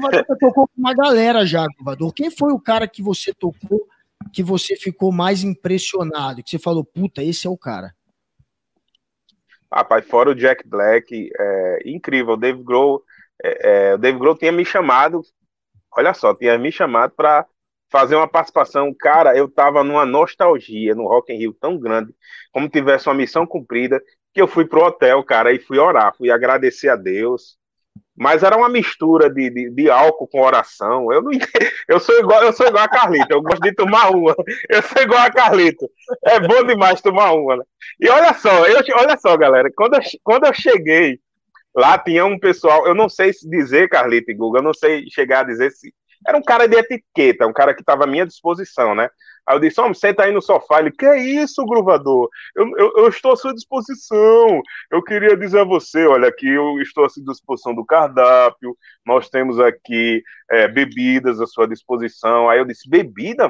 Gruvador já tocou com uma galera já, Gruvador. Quem foi o cara que você tocou que você ficou mais impressionado? Que você falou, puta, esse é o cara. Rapaz, fora o Jack Black, incrível. O Dave Grohl tinha me chamado, olha só, tinha me chamado para fazer uma participação. Cara, eu tava numa nostalgia no Rock in Rio tão grande, como tivesse uma missão cumprida, que eu fui pro hotel, cara, e fui orar, fui agradecer a Deus. Mas era uma mistura de álcool com oração. Eu, não, eu sou igual a Carlita, eu gosto de tomar uma. Eu sou igual a Carlita. É bom demais tomar uma. Né? E olha só, galera, quando eu cheguei, lá tinha um pessoal, eu não sei se dizer, Carlita e Guga, eu não sei chegar a dizer se. Era um cara de etiqueta, um cara que estava à minha disposição, né? Aí eu disse, homem, senta aí no sofá. Ele, que é isso, Gruvador? Eu estou à sua disposição. Eu queria dizer a você, olha, aqui eu estou à sua disposição do cardápio, nós temos aqui bebidas à sua disposição. Aí eu disse, bebida?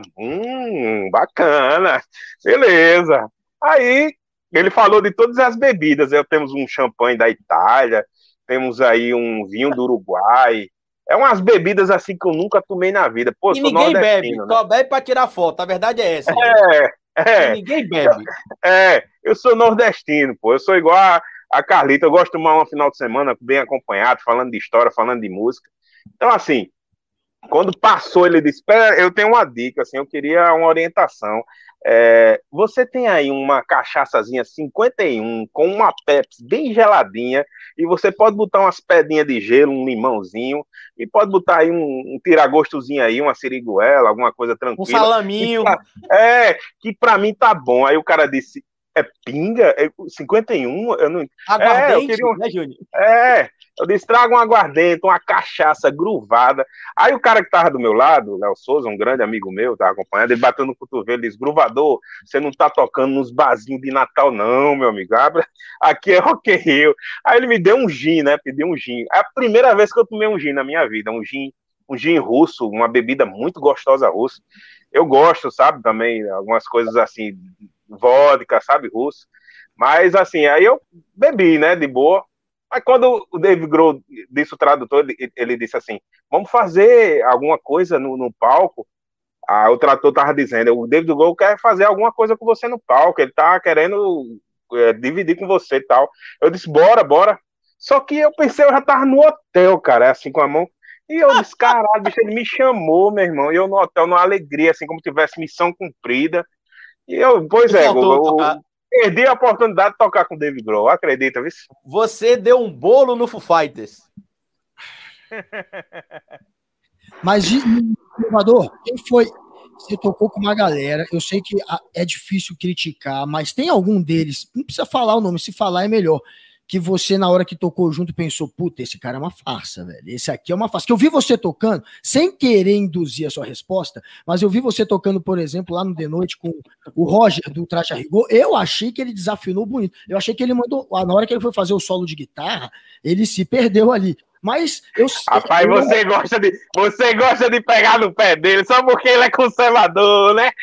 Bacana, beleza. Aí ele falou de todas as bebidas. Aí temos um champanhe da Itália, temos aí um vinho do Uruguai. É umas bebidas assim que eu nunca tomei na vida. Pô, e sou ninguém bebe, né? só bebe pra tirar foto. A verdade é essa, gente. E ninguém bebe. Eu sou nordestino, pô. Eu sou igual a Carlita. Eu gosto de tomar um final de semana bem acompanhado, falando de história, falando de música. Então, assim, quando passou, ele disse, eu tenho uma dica, assim, eu queria uma orientação. Você tem aí uma cachaçazinha 51 com uma Pepsi bem geladinha e você pode botar umas pedrinhas de gelo, um limãozinho e pode botar aí um tiragostozinho aí, uma siriguela, alguma coisa tranquila. Um salaminho. Que pra mim tá bom. Aí o cara disse, pinga? 51? Eu não... Aguardente, né, Júnior? Eu disse, traga um aguardente, uma cachaça gruvada. Aí o cara que tava do meu lado, o Léo Souza, um grande amigo meu, tava acompanhando, ele bateu no cotovelo e disse, Gruvador, você não tá tocando nos barzinhos de Natal não, meu amigo, aqui é Rock in Rio. Aí ele me deu um gin, né, pediu um gin. É a primeira vez que eu tomei um gin na minha vida, um gin russo, uma bebida muito gostosa russa. Eu gosto, sabe, também, algumas coisas assim, vodka, sabe, russo. Mas assim, aí eu bebi, né, de boa. Mas quando o Dave Grohl disse o tradutor, ele disse assim, vamos fazer alguma coisa no palco. O tradutor estava dizendo, o Dave Grohl quer fazer alguma coisa com você no palco, ele tá querendo dividir com você e tal. Eu disse, bora. Só que eu pensei, eu já tava no hotel, cara, assim com a mão. E eu disse, caralho, bicho, ele me chamou, meu irmão. E eu no hotel, numa alegria, assim, como tivesse missão cumprida. E eu, pois é, perdi a oportunidade de tocar com o Dave Grohl, acredita, viu? Você deu um bolo no Foo Fighters. Mas, Salvador, quem foi? Você tocou com uma galera, eu sei que é difícil criticar, mas tem algum deles, não precisa falar o nome, se falar é melhor, que você, na hora que tocou junto, pensou, puta, esse cara é uma farsa, velho. Esse aqui é uma farsa. Que eu vi você tocando, sem querer induzir a sua resposta, mas eu vi você tocando, por exemplo, lá no The Noite com o Roger, do Traje a Rigor. Eu achei que ele desafinou bonito. Eu achei que ele mandou, na hora que ele foi fazer o solo de guitarra, ele se perdeu ali. Mas eu Rapaz, você gosta de pegar no pé dele só porque ele é conservador, né?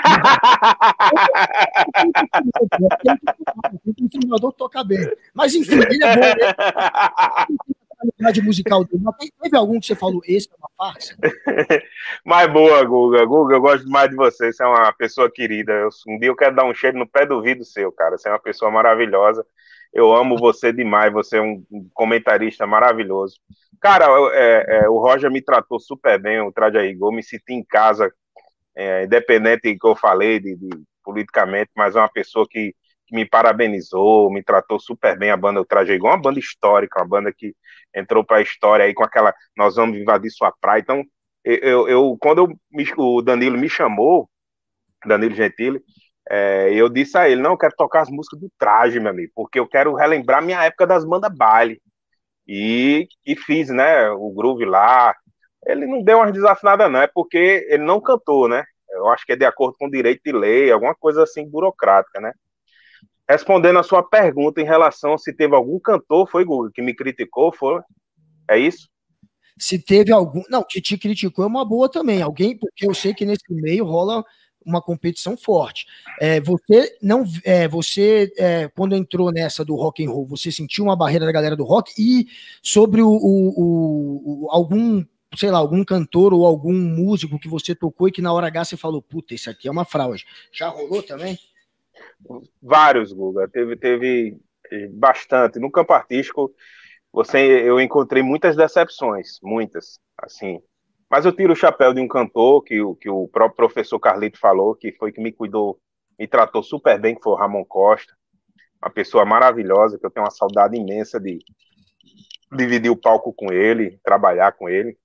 O conservador toca bem. Mas enfim, ele é bom, né? A qualidade musical dele. Mas teve algum que você falou, esse é uma farsa? Mas boa, Guga. Guga, eu gosto demais de você. Você é uma pessoa querida. Um dia eu quero dar um cheiro no pé do vidro seu, cara. Você é uma pessoa maravilhosa. Eu amo você demais, você é um comentarista maravilhoso. Cara, o Roger me tratou super bem, o Traje a Rigor, me senti em casa, independente do que eu falei de politicamente, mas é uma pessoa que me parabenizou, me tratou super bem a banda O Traje a Rigor, uma banda histórica, uma banda que entrou para a história aí com aquela Nós Vamos Invadir Sua Praia. Então, quando o Danilo me chamou, Danilo Gentili, eu disse a ele, não, eu quero tocar as músicas do Traje, meu amigo, porque eu quero relembrar minha época das bandas baile. E fiz, né, o groove lá. Ele não deu umas desafinadas, não, é porque ele não cantou, né? Eu acho que é de acordo com o direito de lei, alguma coisa assim burocrática, né? Respondendo a sua pergunta em relação a se teve algum cantor, foi Google, que me criticou, foi? É isso? Se teve algum... Não, que te criticou é uma boa também. Alguém, porque eu sei que nesse meio rola uma competição forte. Você quando entrou nessa do rock and roll, você sentiu uma barreira da galera do rock? E sobre algum sei lá, algum cantor ou algum músico que você tocou e que na hora H você falou, puta, esse aqui é uma fraude. Já rolou também? Vários, Guga. Teve bastante. No campo artístico, eu encontrei muitas decepções, muitas, assim. Mas eu tiro o chapéu de um cantor que o próprio professor Carlito falou, que foi que me cuidou, me tratou super bem, que foi o Ramon Costa, uma pessoa maravilhosa, que eu tenho uma saudade imensa de dividir o palco com ele, trabalhar com ele.